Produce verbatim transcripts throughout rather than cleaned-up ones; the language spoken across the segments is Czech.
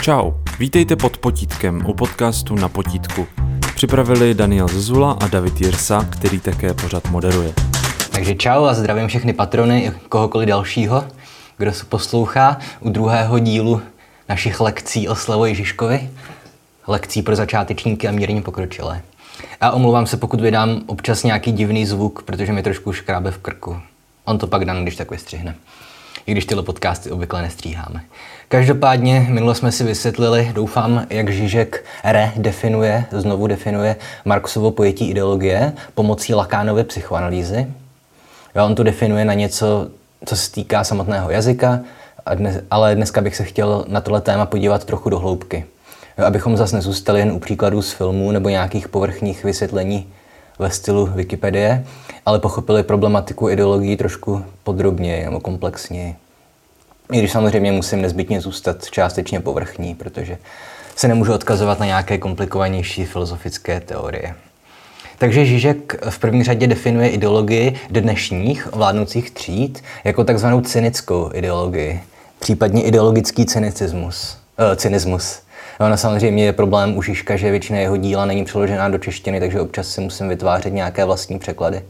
Čau, vítejte pod potítkem u podcastu Na potítku. Připravili Daniel Zezula a David Jirsa, který také pořad moderuje. Takže čau a zdravím všechny patrony i kohokoliv dalšího, kdo se poslouchá u druhého dílu našich lekcí o Slavo Ježiškovi. Lekcí pro začátečníky a mírně pokročilé. A omlouvám se, pokud vydám občas nějaký divný zvuk, protože mi trošku škrábe v krku. On to pak Dan když tak vystřihne. I když tyhle podcasty obvykle nestříháme. Každopádně minule jsme si vysvětlili, doufám, jak Žižek redefinuje, znovu definuje Marxovo pojetí ideologie pomocí Lacanovy psychoanalýzy. Jo, on to definuje na něco, co se týká samotného jazyka, a dnes, ale dneska bych se chtěl na tohle téma podívat trochu do hloubky. Jo, abychom zase nezůstali jen u příkladů z filmů nebo nějakých povrchních vysvětlení ve stylu Wikipedie, ale pochopili problematiku ideologií trošku podrobněji nebo komplexněji. I když samozřejmě musím nezbytně zůstat částečně povrchní, protože se nemůžu odkazovat na nějaké komplikovanější filozofické teorie. Takže Žižek v první řadě definuje ideologii dnešních vládnoucích tříd jako takzvanou cynickou ideologii, případně ideologický cynicismus. Eh, cynismus. Ono samozřejmě je problém u Žižka, že většina jeho díla není přeložená do češtiny, takže občas si musím vytvářet nějaké vlastní překlady.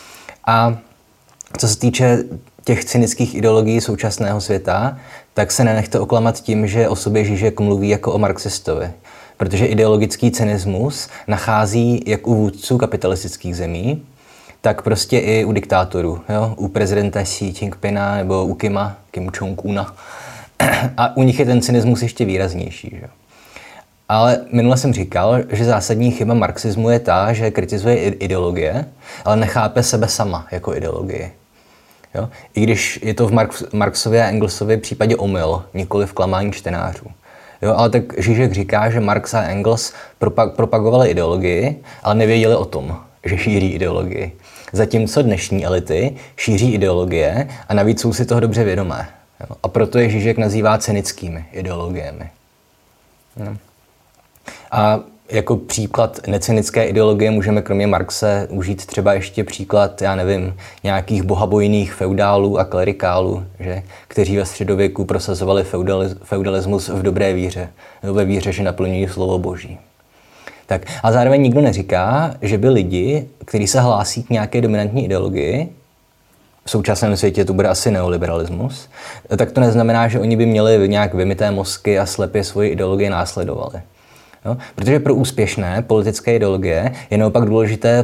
A co se týče těch cynických ideologií současného světa, tak se nenechte oklamat tím, že o sobě Žižek mluví jako o marxistovi. Protože ideologický cynismus nachází jak u vůdců kapitalistických zemí, tak prostě i u diktátorů. Jo? U prezidenta Xi Jinpinga nebo u Kima, Kim Jong-una. A u nich je ten cynismus ještě výraznější. Že? Ale minule jsem říkal, že zásadní chyba marxismu je ta, že kritizuje ideologie, ale nechápe sebe sama jako ideologii. Jo? I když je to v Marx, Marxově a Engelsově případě omyl, nikoli v klamání čtenářů. Jo? Ale tak Žižek říká, že Marx a Engels propag- propagovali ideologii, ale nevěděli o tom, že šíří ideologii. Zatímco dnešní elity šíří ideologie a navíc jsou si toho dobře vědomé. Jo? A proto je Žižek nazývá cynickými ideologiemi. Jo? A jako příklad necynické ideologie můžeme kromě Marxe užít třeba ještě příklad, já nevím, nějakých bohabojných feudálů a klerikálů, že, kteří ve středověku prosazovali feudaliz- feudalismus v dobré víře, ve víře, že naplňují slovo Boží. Tak, a zároveň nikdo neříká, že by lidi, kteří se hlásí k nějaké dominantní ideologii, v současném světě to bude asi neoliberalismus, tak to neznamená, že oni by měli nějak vymyté mozky a slepě svoji ideologii následovali. Jo? Protože pro úspěšné politické ideologie je naopak důležité,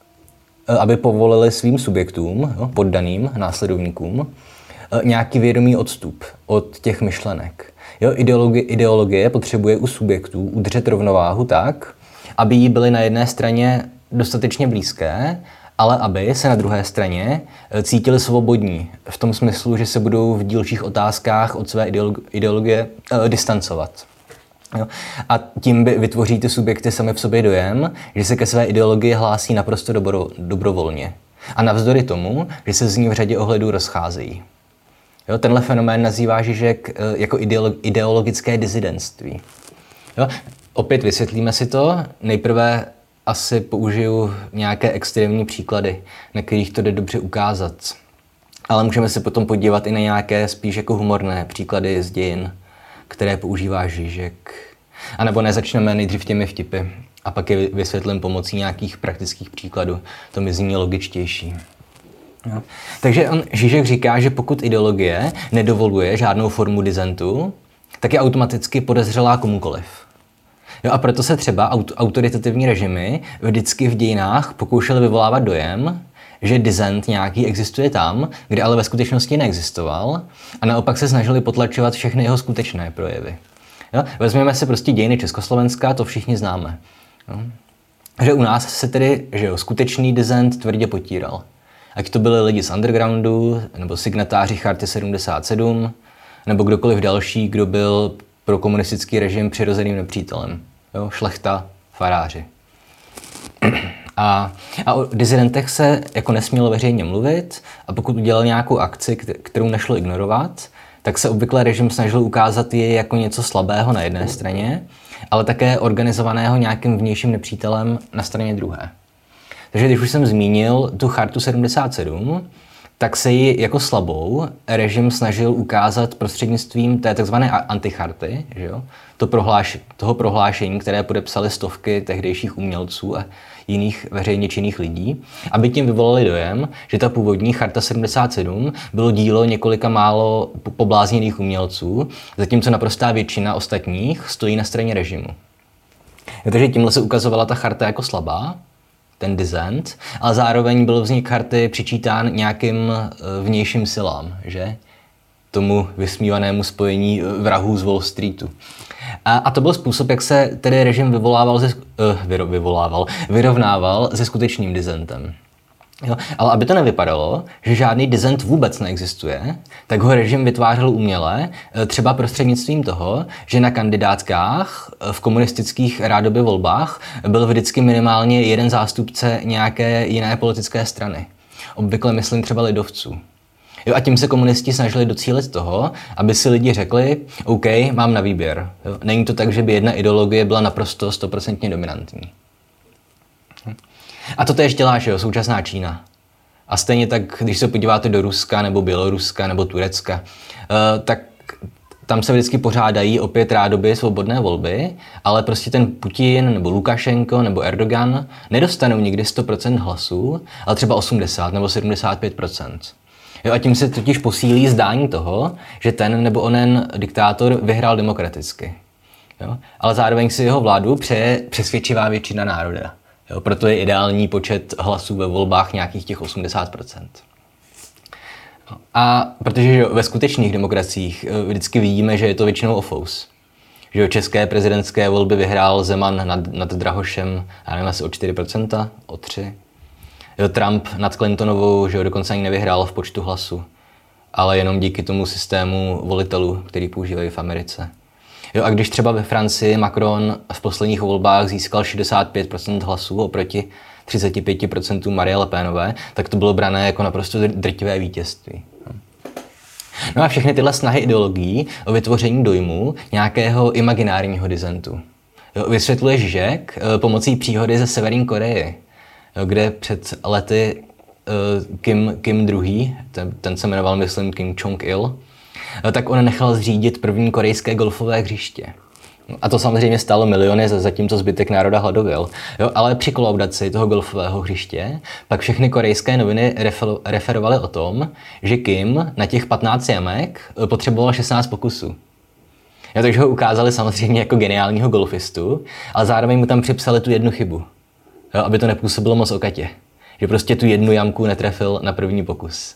aby povolili svým subjektům, jo, poddaným následovníkům, nějaký vědomý odstup od těch myšlenek. Jo? Ideologie, ideologie potřebuje u subjektů udržet rovnováhu tak, aby jí byly na jedné straně dostatečně blízké, ale aby se na druhé straně cítili svobodní. V tom smyslu, že se budou v dílčích otázkách od své ideologie, ideologie eh, distancovat. Jo? A tím by vytvoří ty subjekty sami v sobě dojem, že se ke své ideologii hlásí naprosto dobro, dobrovolně. A navzdory tomu, že se z ní v řadě ohledů rozcházejí. Jo? Tenhle fenomén nazývá Žižek jako ideolo, ideologické disidentství. Jo? Opět vysvětlíme si to. Nejprve asi použiju nějaké extrémní příklady, na kterých to jde dobře ukázat. Ale můžeme se potom podívat i na nějaké spíš jako humorné příklady z dějin, které používá Žižek. A nebo nezačneme nejdřív těmi vtipy a pak je vysvětlím pomocí nějakých praktických příkladů. To mi zní logičtější. Jo. Takže on, Žižek říká, že pokud ideologie nedovoluje žádnou formu disentu, tak je automaticky podezřelá komukoliv. Jo, a proto se třeba aut- autoritativní režimy vždycky v dějinách pokoušely vyvolávat dojem, že dissent nějaký existuje tam, kde ale ve skutečnosti neexistoval a naopak se snažili potlačovat všechny jeho skutečné projevy. Jo? Vezměme si prostě dějiny Československa, to všichni známe. Jo? Že u nás se tedy že jo, skutečný dissent tvrdě potíral. Ať to byli lidi z undergroundu, nebo signatáři Charty sedmdesát sedm, nebo kdokoliv další, kdo byl pro komunistický režim přirozeným nepřítelem. Jo? Šlechta, faráři. A, a o disidentech se jako nesmělo veřejně mluvit a pokud udělal nějakou akci, kterou nešlo ignorovat, tak se obvykle režim snažil ukázat je jako něco slabého na jedné straně, ale také organizovaného nějakým vnějším nepřítelem na straně druhé. Takže když už jsem zmínil tu Chartu sedmdesát sedm, tak se ji jako slabou režim snažil ukázat prostřednictvím té takzvané anticharty, že jo? To prohláš, toho prohlášení, které podepsali stovky tehdejších umělců a jiných veřejně činných lidí, aby tím vyvolali dojem, že ta původní Charta sedmdesát sedm bylo dílo několika málo poblázněných umělců, zatímco naprostá většina ostatních stojí na straně režimu. Takže tímhle se ukazovala ta charta jako slabá, ten dissent, ale zároveň byl vznik charty přičítán nějakým vnějším silám, že? Tomu vysmívanému spojení vrahů z Wall Streetu. A, a to byl způsob, jak se tedy režim vyvolával, ze, uh, vyvolával, vyrovnával se skutečným dissentem. Jo, ale aby to nevypadalo, že žádný dissent vůbec neexistuje, tak ho režim vytvářel uměle, třeba prostřednictvím toho, že na kandidátkách v komunistických rádoby volbách byl vždycky minimálně jeden zástupce nějaké jiné politické strany. Obvykle myslím třeba lidovců. Jo, a tím se komunisti snažili docílit toho, aby si lidi řekli, OK, mám na výběr. Jo, není to tak, že by jedna ideologie byla naprosto stoprocentně dominantní. A to též dělá, že jo, současná Čína. A stejně tak, když se podíváte do Ruska, nebo Běloruska, nebo Turecka, tak tam se vždycky pořádají opět rádoby svobodné volby, ale prostě ten Putin, nebo Lukašenko, nebo Erdogan nedostanou nikdy sto procent hlasů, ale třeba osmdesát nebo sedmdesát pět procent. Jo, a tím se totiž posílí zdání toho, že ten nebo onen diktátor vyhrál demokraticky. Jo? Ale zároveň si jeho vládu přeje přesvědčivá většina národa. Jo? Proto je ideální počet hlasů ve volbách nějakých těch osmdesát procent. A protože že ve skutečných demokraciích vždycky vidíme, že je to většinou o fous. Že české prezidentské volby vyhrál Zeman nad, nad Drahošem, já nevím, asi o čtyři procenta, o tři. Jo, Trump nad Clintonovou, že ho dokonce ani nevyhrál v počtu hlasů, ale jenom díky tomu systému volitelů, který používají v Americe. Jo, a když třeba ve Francii Macron v posledních volbách získal šedesát pět procent hlasů oproti třicet pět procent Marie Le Penové, tak to bylo brané jako naprosto drtivé vítězství. No a všechny tyhle snahy ideologií o vytvoření dojmu nějakého imaginárního dissentu. Jo, vysvětluje Žižek pomocí příhody ze Severní Koreje, kde před lety uh, Kim, Kim druhý, ten, ten se jmenoval, myslím, Kim Jong-il, tak on nechal zřídit první korejské golfové hřiště. A to samozřejmě stálo miliony, zatímco zbytek národa hladověl. Jo, ale při kolaudaci toho golfového hřiště pak všechny korejské noviny refer- referovaly o tom, že Kim na těch patnáct jamek potřeboval šestnáct pokusů. Jo, takže ho ukázali samozřejmě jako geniálního golfistu, ale zároveň mu tam připsali tu jednu chybu. Jo, aby to nepůsobilo moc okatě. Že prostě tu jednu jamku netrefil na první pokus.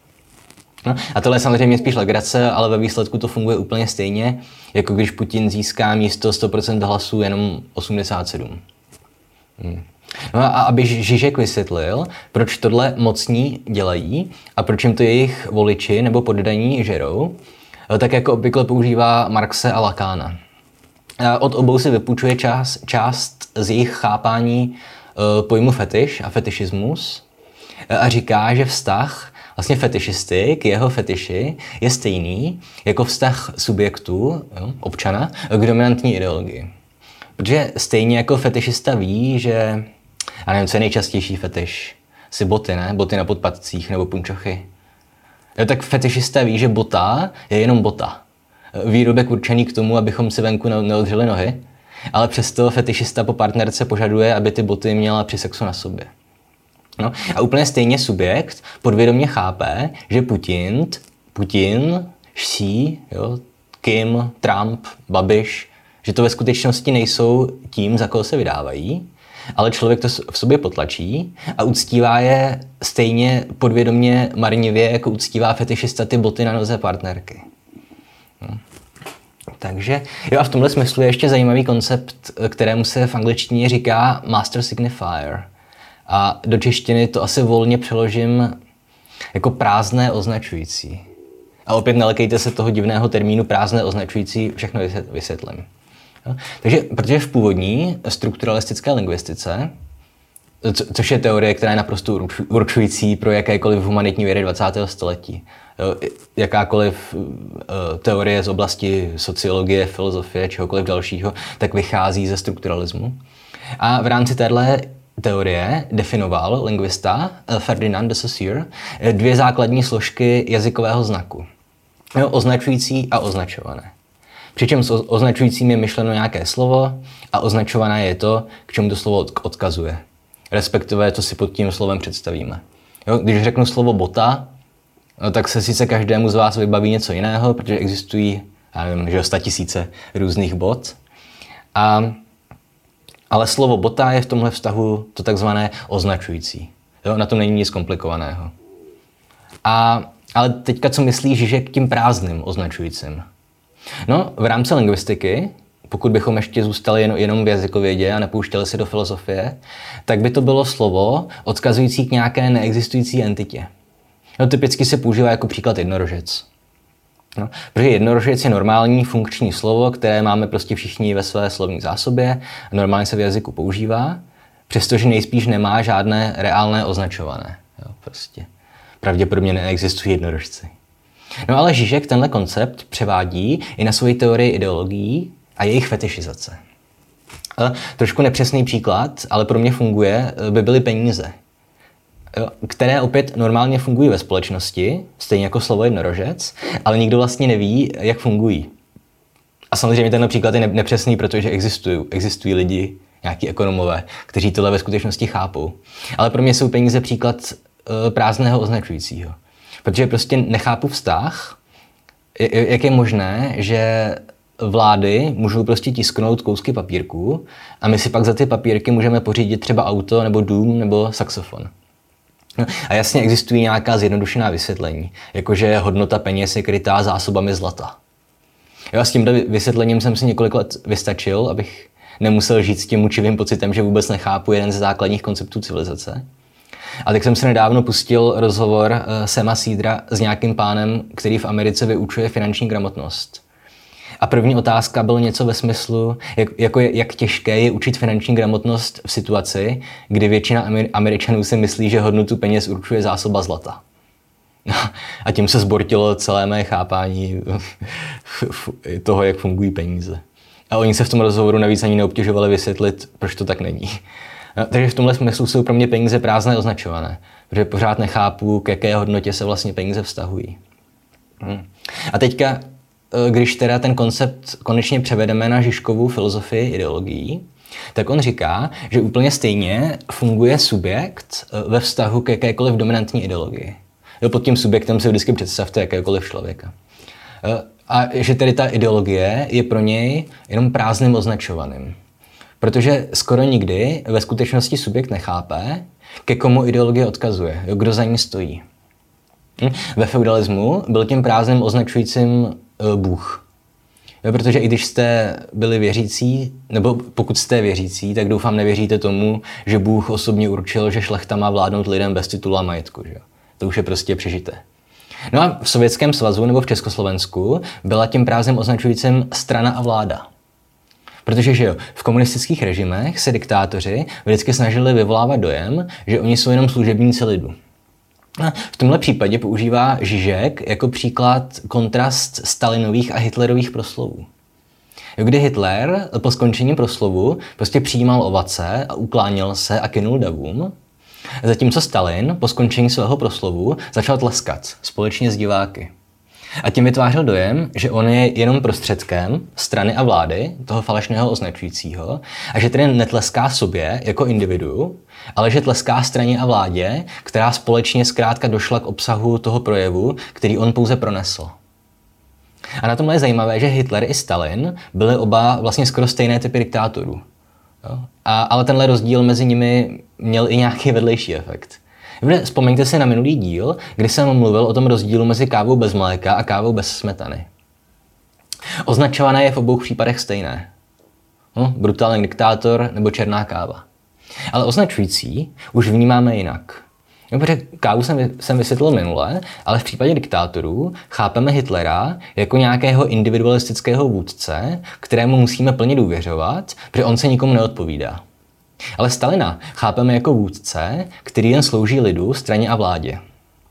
No, a tohle je samozřejmě spíš legrace, ale ve výsledku to funguje úplně stejně, jako když Putin získá místo sto procent hlasů jenom osmdesát sedm. Hmm. No a aby Žižek vysvětlil, proč tohle mocní dělají a proč jim to jejich voliči nebo poddaní žerou, tak jako obvykle používá Marxe a Lacana. Od obou si vypůjčuje část, část z jejich chápání pojmu fetiš a fetišismus a říká, že vztah vlastně fetišisty k jeho fetiši je stejný jako vztah subjektu, jo, občana, k dominantní ideologii. Protože stejně jako fetišista ví, že, já nevím, co je nejčastější fetiš, si boty, ne? Boty na podpatcích nebo punčochy. Jo, tak fetišista ví, že bota je jenom bota. Výrobek určený k tomu, abychom si venku neodřeli nohy, ale přesto fetišista po partnerce požaduje, aby ty boty měla při sexu na sobě. No, a úplně stejně subjekt podvědomě chápe, že Putin, Putin, Xi, jo, Kim, Trump, Babiš, že to ve skutečnosti nejsou tím, za koho se vydávají, ale člověk to v sobě potlačí a uctívá je stejně podvědomě marnivě, jako uctívá fetišista ty boty na noze partnerky. No. Takže, jo, a v tomhle smyslu je ještě zajímavý koncept, kterému se v angličtině říká master signifier. A do češtiny to asi volně přeložím jako prázdné označující. A opět nelekejte se toho divného termínu prázdné označující, všechno vysvětlím. Jo? Takže, protože v původní strukturalistické lingvistice, co, což je teorie, která je naprosto určující pro jakékoliv humanitní vědy dvacátého století, jo? Jakákoliv uh, teorie z oblasti sociologie, filozofie, čehokoliv dalšího, tak vychází ze strukturalismu. A v rámci téhle teorie definoval lingvista Ferdinand de Saussure dvě základní složky jazykového znaku. Označující a označované. Přičemž s označujícím je myšleno nějaké slovo a označované je to, k čemu to slovo odkazuje. Respektive, co si pod tím slovem představíme. Jo, když řeknu slovo bota, no, tak se sice každému z vás vybaví něco jiného, protože existují, já nevím, že statisíce různých bot. A, ale slovo bota je v tomhle vztahu to takzvané označující. Jo, na tom není nic komplikovaného. A, ale teďka, co myslíš, že k tím prázdným označujícím? No, v rámci lingvistiky, pokud bychom ještě zůstali jen, jenom v jazykovědě a nepouštěli se do filozofie, tak by to bylo slovo odkazující k nějaké neexistující entitě. No, typicky se používá jako příklad jednorožec. No, protože jednorožec je normální funkční slovo, které máme prostě všichni ve své slovní zásobě, normálně se v jazyku používá, přestože nejspíš nemá žádné reálné označované. Jo, prostě. Pravděpodobně neexistují jednorožci. No ale Žižek tenhle koncept převádí i na svoji teorii ideologií a jejich fetišizace. A trošku nepřesný příklad, ale pro mě funguje, by byly peníze, které opět normálně fungují ve společnosti, stejně jako slovo jednorožec, ale nikdo vlastně neví, jak fungují. A samozřejmě tenhle příklad je nepřesný, protože existují, existují lidi, nějaký ekonomové, kteří tohle ve skutečnosti chápou. Ale pro mě jsou peníze příklad prázdného označujícího. Protože prostě nechápu vztah, jak je možné, že vlády můžou prostě tisknout kousky papírků a my si pak za ty papírky můžeme pořídit třeba auto nebo dům nebo saxofon. No, a jasně existují nějaká zjednodušená vysvětlení, jakože hodnota peněz je krytá zásobami zlata. Jo, a s tímhle vysvětlením jsem si několik let vystačil, abych nemusel žít s tím mučivým pocitem, že vůbec nechápu jeden ze základních konceptů civilizace. A tak jsem se nedávno pustil rozhovor uh, Sama Seedra s nějakým pánem, který v Americe vyučuje finanční gramotnost. A první otázka byl něco ve smyslu, jak, jako je, jak těžké je učit finanční gramotnost v situaci, kdy většina Amer- Američanů si myslí, že hodnotu peněz určuje zásoba zlata. A tím se zbortilo celé mé chápání toho, jak fungují peníze. A oni se v tom rozhovoru navíc ani neobtěžovali vysvětlit, proč to tak není. No, takže v tomhle smyslu jsou pro mě peníze prázdné označované, protože pořád nechápu, k jaké hodnotě se vlastně peníze vztahují. Hmm. A teďka, když teda ten koncept konečně převedeme na Žižkovu filozofii ideologií, tak on říká, že úplně stejně funguje subjekt ve vztahu k jakékoliv dominantní ideologii. Jo, pod tím subjektem si vždycky představte jakékoliv člověka. A že tedy ta ideologie je pro něj jenom prázdným označovaným. Protože skoro nikdy ve skutečnosti subjekt nechápe, ke komu ideologie odkazuje, jo, kdo za ní stojí. Hm? Ve feudalismu byl tím prázdným označujícím uh, Bůh. Jo, protože i když jste byli věřící, nebo pokud jste věřící, tak doufám nevěříte tomu, že Bůh osobně určil, že šlechta má vládnout lidem bez titulu a majetku. Že? To už je prostě přežité. No a v Sovětském svazu nebo v Československu byla tím prázdným označujícím strana a vláda. Protože že jo, v komunistických režimech se diktátoři vždycky snažili vyvolávat dojem, že oni jsou jenom služebníci lidu. A v tomhle případě používá Žižek jako příklad kontrast Stalinových a Hitlerových proslovů. Kdy Hitler po skončení proslovu prostě přijímal ovace a ukláněl se a kynul davům, zatímco Stalin po skončení svého proslovu začal tleskat společně s diváky. A tím vytvářel dojem, že on je jenom prostředkem strany a vlády, toho falešného označujícího, a že tedy netleská sobě jako individu, ale že tleská straně a vládě, která společně zkrátka došla k obsahu toho projevu, který on pouze pronesl. A na tomhle je zajímavé, že Hitler i Stalin byli oba vlastně skoro stejné typy diktátorů. Jo? A, ale tenhle rozdíl mezi nimi měl i nějaký vedlejší efekt. Vzpomeňte si na minulý díl, kdy jsem mluvil o tom rozdílu mezi kávou bez mléka a kávou bez smetany. Označované je v obou případech stejné. No, brutální diktátor nebo černá káva. Ale označující už vnímáme jinak. No, protože kávu jsem, jsem vysvětlil minule, ale v případě diktátorů chápeme Hitlera jako nějakého individualistického vůdce, kterému musíme plně důvěřovat, protože on se nikomu neodpovídá. Ale Stalina chápeme jako vůdce, který jen slouží lidu, straně a vládě.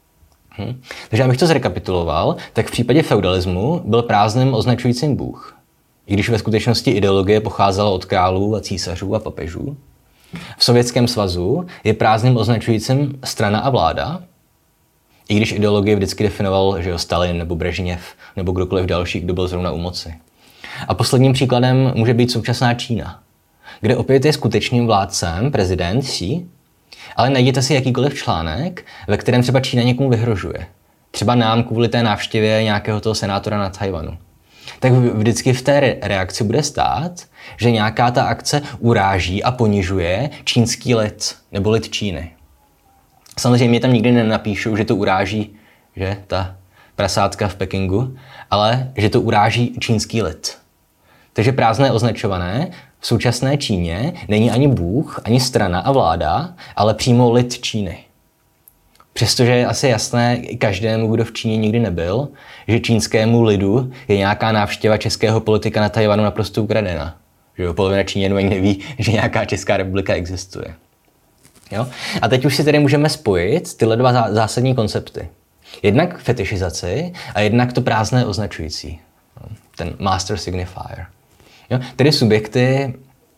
Hm. Takže abych to zrekapituloval, tak v případě feudalismu byl prázdným označujícím Bůh, i když ve skutečnosti ideologie pocházela od králů a císařů a papežů. V Sovětském svazu je prázdným označujícím strana a vláda, i když ideologie vždycky definoval, že jo, Stalin nebo Brežněv nebo kdokoliv další, kdo byl zrovna u moci. A posledním příkladem může být současná Čína, kde opět je skutečným vládcem prezident Xi, ale najděte si jakýkoliv článek, ve kterém třeba Čína někomu vyhrožuje. Třeba nám kvůli té návštěvě nějakého toho senátora na Tajvanu. Tak vždycky v té reakci bude stát, že nějaká ta akce uráží a ponižuje čínský lid nebo lid Číny. Samozřejmě tam nikdy nenapíšou, že to uráží, že ta prasátka v Pekingu, ale že to uráží čínský lid. Takže prázdné označované v současné Číně není ani Bůh, ani strana a vláda, ale přímo lid Číny. Přestože je asi jasné každému, kdo v Číně nikdy nebyl, že čínskému lidu je nějaká návštěva českého politika na Tajvanu naprosto ukradena. Že jo, polovina Číňanů ani neví, že nějaká Česká republika existuje. Jo? A teď už si tedy můžeme spojit tyhle dva zásadní koncepty. Jednak fetišizaci a jednak to prázdné označující. Ten master signifier. Jo? Tedy subjekty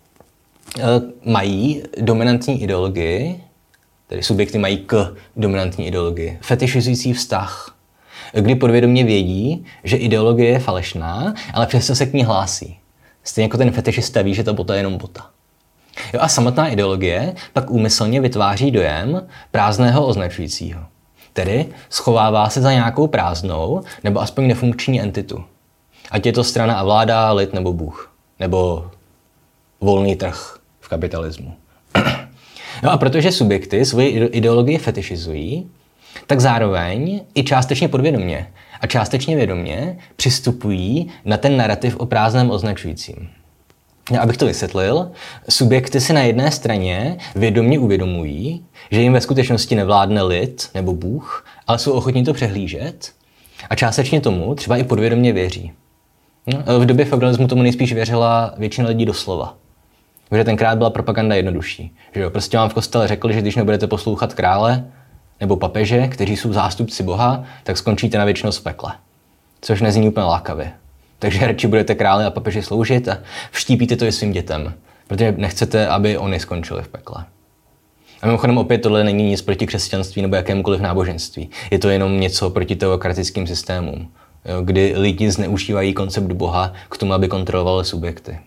e, mají dominantní ideologii, tedy subjekty mají k dominantní ideologii, fetišizující vztah, kdy podvědomě vědí, že ideologie je falešná, ale přesto se k ní hlásí. Stejně jako ten fetišista ví, že ta bota je jenom bota. Jo, a samotná ideologie pak úmyslně vytváří dojem prázdného označujícího. Tedy schovává se za nějakou prázdnou nebo aspoň nefunkční entitu. Ať je to strana a vláda, lid nebo Bůh. Nebo volný trh v kapitalismu. No a protože subjekty svoji ideologii fetišizují, tak zároveň i částečně podvědomě a částečně vědomě přistupují na ten narrativ o prázdném označujícím. No, abych to vysvětlil, subjekty si na jedné straně vědomě uvědomují, že jim ve skutečnosti nevládne lid nebo Bůh, ale jsou ochotní to přehlížet a částečně tomu třeba i podvědomě věří. No, v době feudalismu tomu nejspíš věřila většina lidí doslova. Protože tenkrát byla propaganda jednodušší. Že jo? Prostě vám v kostele řekli, že když nebudete poslouchat krále nebo papeže, kteří jsou zástupci Boha, tak skončíte na věčnost v pekle. Což nezní úplně lákavě. Takže radši budete králi a papeži sloužit a vštípíte to i svým dětem, protože nechcete, aby oni skončili v pekle. A mimochodem opět tohle není nic proti křesťanství nebo jakémukoliv náboženství. Je to jenom něco proti teokratickým systémům, jo? Kdy lidi zneužívají koncept Boha k tomu, aby kontrolovali subjekty.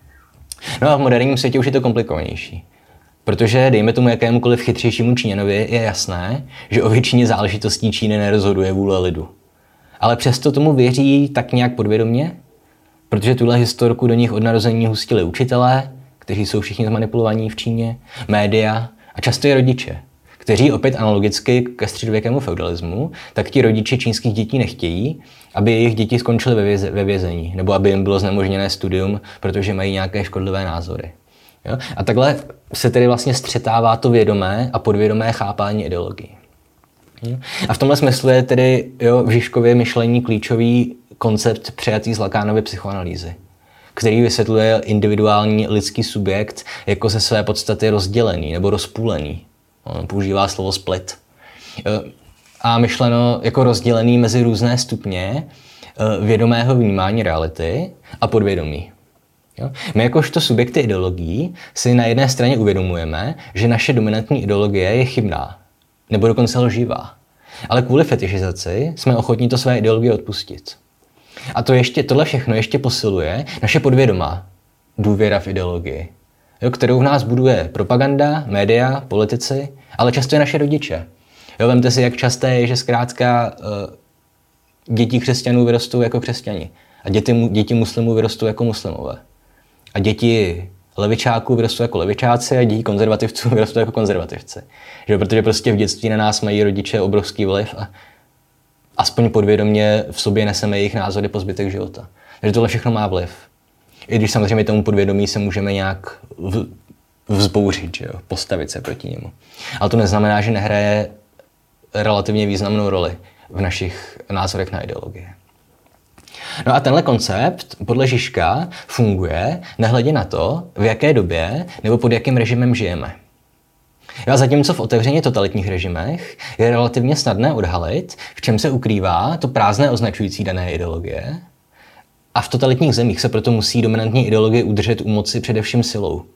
No a v moderním světě už je to komplikovanější. Protože dejme tomu jakémukoliv chytřejšímu Číňanovi je jasné, že o většině záležitostí Číny nerozhoduje vůle lidu. Ale přesto tomu věří tak nějak podvědomě, protože tuhle historku do nich od narození hustili učitelé, kteří jsou všichni zmanipulovaní v Číně, média a často i rodiče, kteří opět analogicky ke středověkému feudalismu, tak ti rodiče čínských dětí nechtějí, aby jejich děti skončily ve, věze, ve vězení, nebo aby jim bylo znemožněné studium, protože mají nějaké škodlivé názory. Jo? A takhle se tedy vlastně střetává to vědomé a podvědomé chápání ideologií. A v tomhle smyslu je tedy jo, v Žižkově myšlení klíčový koncept přijatý z Lacanovy psychoanalýzy, který vysvětluje individuální lidský subjekt jako ze své podstaty rozdělený nebo rozpůlený. On používá slovo split. A myšleno jako rozdělený mezi různé stupně vědomého vnímání reality a podvědomí. Jo? My jakožto subjekty ideologií si na jedné straně uvědomujeme, že naše dominantní ideologie je chybná, nebo dokonce lživá. Ale kvůli fetišizaci jsme ochotní to své ideologie odpustit. A to ještě, tohle všechno ještě posiluje naše podvědomá důvěra v ideologii, jo, kterou v nás buduje propaganda, média, politici, ale často i naše rodiče. Jo, vemte si, jak časté je, že zkrátka uh, děti křesťanů vyrostou jako křesťani a děti, děti muslimů vyrostou jako muslimové. A děti levičáků vyrostou jako levičáci a děti konzervativců vyrostou jako konzervativci. Že? Protože prostě v dětství na nás mají rodiče obrovský vliv a aspoň podvědomě v sobě neseme jejich názory po zbytek života. Takže tohle všechno má vliv. I když samozřejmě tomu podvědomí se můžeme nějak v, vzbouřit, že jo? Postavit se proti němu. Ale to neznamená, že nehraje relativně významnou roli v našich názorech na ideologie. No a tenhle koncept podle Žižka funguje nehledě na to, v jaké době nebo pod jakým režimem žijeme. A zatímco v otevřeně totalitních režimech je relativně snadné odhalit, v čem se ukrývá to prázdné označující dané ideologie, a v totalitních zemích se proto musí dominantní ideologie udržet u moci především silou.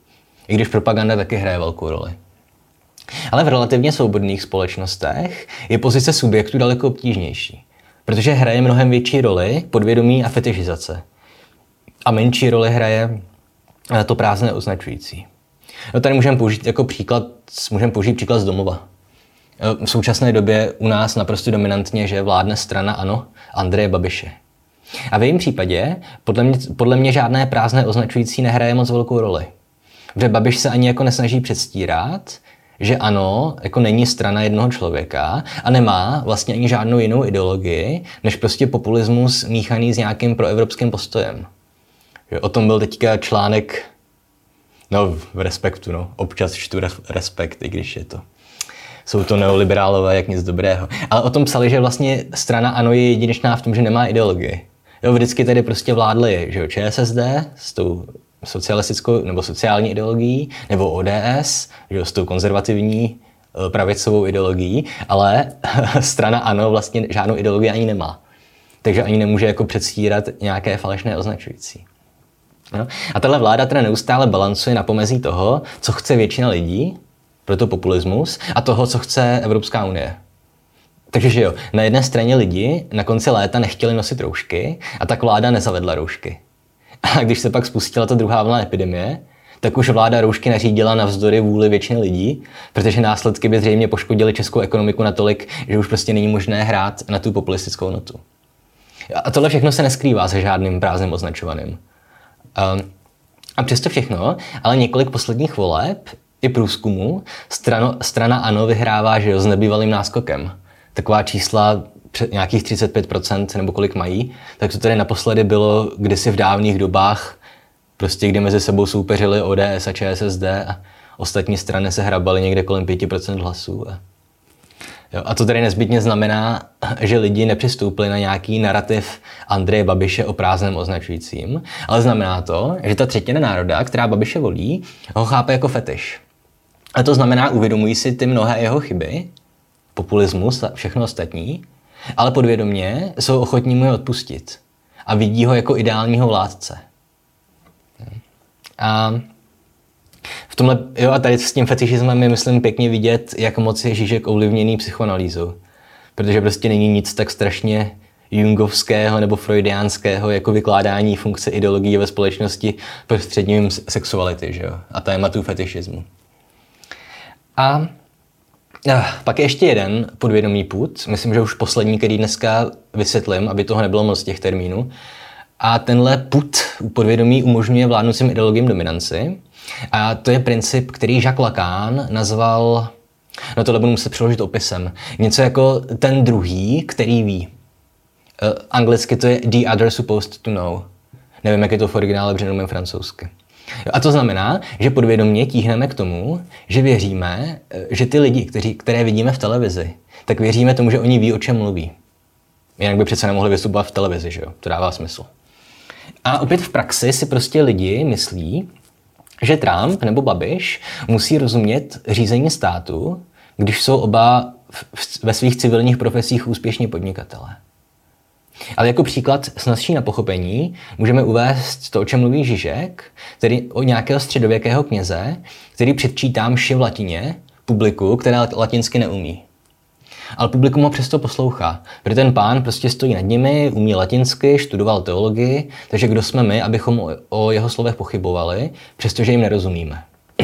I když propaganda taky hraje velkou roli. Ale v relativně svobodných společnostech je pozice subjektu daleko obtížnější, protože hraje mnohem větší roli podvědomí a fetišizace. A menší roli hraje to prázdné označující. No tady můžeme použít jako příklad, můžeme použít příklad z domova. V současné době u nás naprosto dominantně, že vládne strana ANO Andreje Babiše. A v jejím případě podle mě, podle mě žádné prázdné označující nehraje moc velkou roli. Protože Babiš se ani jako nesnaží předstírat, že ANO jako není strana jednoho člověka a nemá vlastně ani žádnou jinou ideologii, než prostě populismus míchaný s nějakým proevropským postojem. O tom byl teďka článek, no v Respektu, no, občas čtu Respekt, i když je to, jsou to neoliberálové jak nic dobrého. Ale o tom psali, že vlastně strana ANO je jedinečná v tom, že nemá ideologii. Jo, vždycky tady prostě vládly, že jo, ČSSD s tou socialistickou nebo sociální ideologií, nebo O D S, že jo, s tou konzervativní pravicovou ideologií, ale strana ANO vlastně žádnou ideologii ani nemá. Takže ani nemůže jako předstírat nějaké falešné označující. No. A tahle vláda teda neustále balancuje na pomezí toho, co chce většina lidí, proto populismus, a toho, co chce Evropská unie. Takže že jo, na jedné straně lidi na konci léta nechtěli nosit roušky a tak vláda nezavedla roušky. A když se pak spustila ta druhá vlna epidemie, tak už vláda roušky nařídila navzdory vůli většiny lidí, protože následky by zřejmě poškodily českou ekonomiku natolik, že už prostě není možné hrát na tu populistickou notu. A tohle všechno se neskrývá se žádným prázdným označovaným. A přesto všechno, ale několik posledních voleb i průzkumů strano, strana ANO vyhrává, že jo, s nebývalým náskokem. Taková čísla nějakých třicet pět procent nebo kolik mají, tak to tady naposledy bylo kdysi v dávných dobách, prostě kdy mezi sebou soupeřili O D S a ČSSD a ostatní strany se hrabaly někde kolem pět procent hlasů. A, jo, a to tady nezbytně znamená, že lidi nepřistoupili na nějaký narrativ Andreje Babiše o prázdném označujícím, ale znamená to, že ta třetina národa, která Babiše volí, ho chápe jako fetiš. A to znamená, uvědomují si ty mnohé jeho chyby, populismus a všechno ostatní, ale podvědomě jsou ochotní mu je odpustit a vidí ho jako ideálního vládce. A v tomhle, jo, a tady s tím fetišismem je, myslím, pěkně vidět, jak moc je Žižek ovlivněný psychoanalýzou. Protože prostě není nic tak strašně jungovského nebo freudiánského jako vykládání funkce ideologie ve společnosti prostřednictvím sexuality, že jo, a tématu fetišismu. A pak je ještě jeden podvědomý pud, myslím, že už poslední, který dneska vysvětlím, aby toho nebylo moc těch termínů. A tenhle pud podvědomí umožňuje vládnoucím ideologiím dominanci. A to je princip, který Jacques Lacan nazval, no tohle budu muset přeložit opisem, něco jako ten druhý, který ví. Uh, anglicky to je the other supposed to know. Nevím, jak je to v originále, protože neumím francouzsky. A to znamená, že podvědomě tíhneme k tomu, že věříme, že ty lidi, kteří, které vidíme v televizi, tak věříme tomu, že oni ví, o čem mluví. Jinak by přece nemohli vystupovat v televizi, že jo? To dává smysl. A opět v praxi si prostě lidi myslí, že Trump nebo Babiš musí rozumět řízení státu, když jsou oba ve svých civilních profesích úspěšní podnikatelé. Ale jako příklad snazší na pochopení můžeme uvést to, o čem mluví Žižek, tedy o nějakého středověkého kněze, který předčítá mši v latině publiku, které latinsky neumí. Ale publikum ho přesto poslouchá, protože ten pán prostě stojí nad nimi, umí latinsky, študoval teologii, takže kdo jsme my, abychom o jeho slovech pochybovali, přestože jim nerozumíme.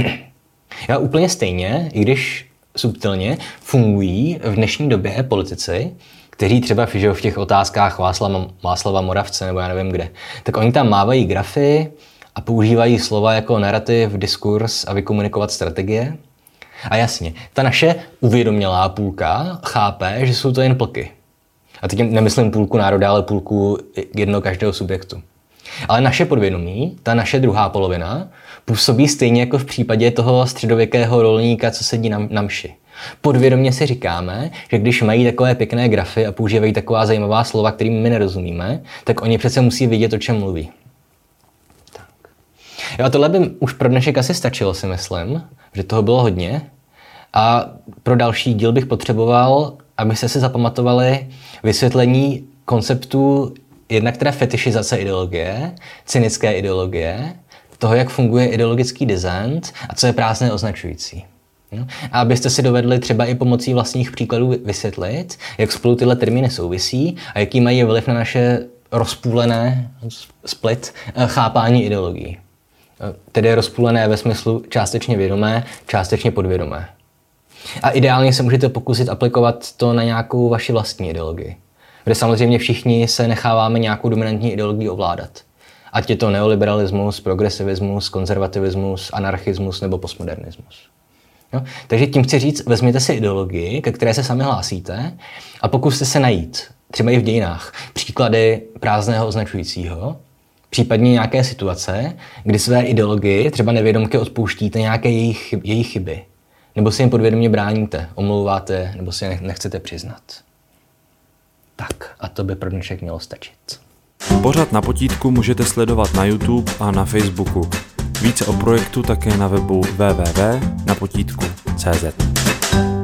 Já úplně stejně, i když subtilně, fungují v dnešní době politici, kteří třeba v těch otázkách Václava, Václava Moravce nebo já nevím kde, tak oni tam mávají grafy a používají slova jako narrativ, diskurs a vykomunikovat strategie. A jasně, ta naše uvědomělá půlka chápe, že jsou to jen plky. A teď nemyslím půlku národa, ale půlku jednoho každého subjektu. Ale naše podvědomí, ta naše druhá polovina, působí stejně jako v případě toho středověkého rolníka, co sedí na, na mši. Podvědomě si říkáme, že když mají takové pěkné grafy a používají taková zajímavá slova, kterým my nerozumíme, tak oni přece musí vědět, o čem mluví. Tak. Jo, a tohle by už pro dnešek asi stačilo, si myslím, že toho bylo hodně. A pro další díl bych potřeboval, abyste si zapamatovali vysvětlení konceptu jednak teda fetišizace ideologie, cynické ideologie, toho, jak funguje ideologický dissent a co je prázdné označující. A abyste si dovedli třeba i pomocí vlastních příkladů vysvětlit, jak spolu tyhle termíny souvisí a jaký mají vliv na naše rozpůlené split chápání ideologií. Tedy rozpůlené ve smyslu částečně vědomé, částečně podvědomé. A ideálně se můžete pokusit aplikovat to na nějakou vaši vlastní ideologii. Kde samozřejmě všichni se necháváme nějakou dominantní ideologii ovládat. Ať je to neoliberalismus, progresivismus, konzervativismus, anarchismus nebo postmodernismus. Jo? Takže tím chci říct, vezměte si ideologii, ke které se sami hlásíte a pokuste se najít, třeba i v dějinách, příklady prázdného označujícího, případně nějaké situace, kdy své ideologii třeba nevědomky odpouštíte nějaké jejich, jejich chyby. Nebo si jim podvědomě bráníte, omlouváte, nebo si je nechcete přiznat. Tak, a to by pro dnešek mělo stačit. Pořad Na potítku můžete sledovat na YouTube a na Facebooku. Více o projektu také na webu w w w tečka na potítku tečka c z.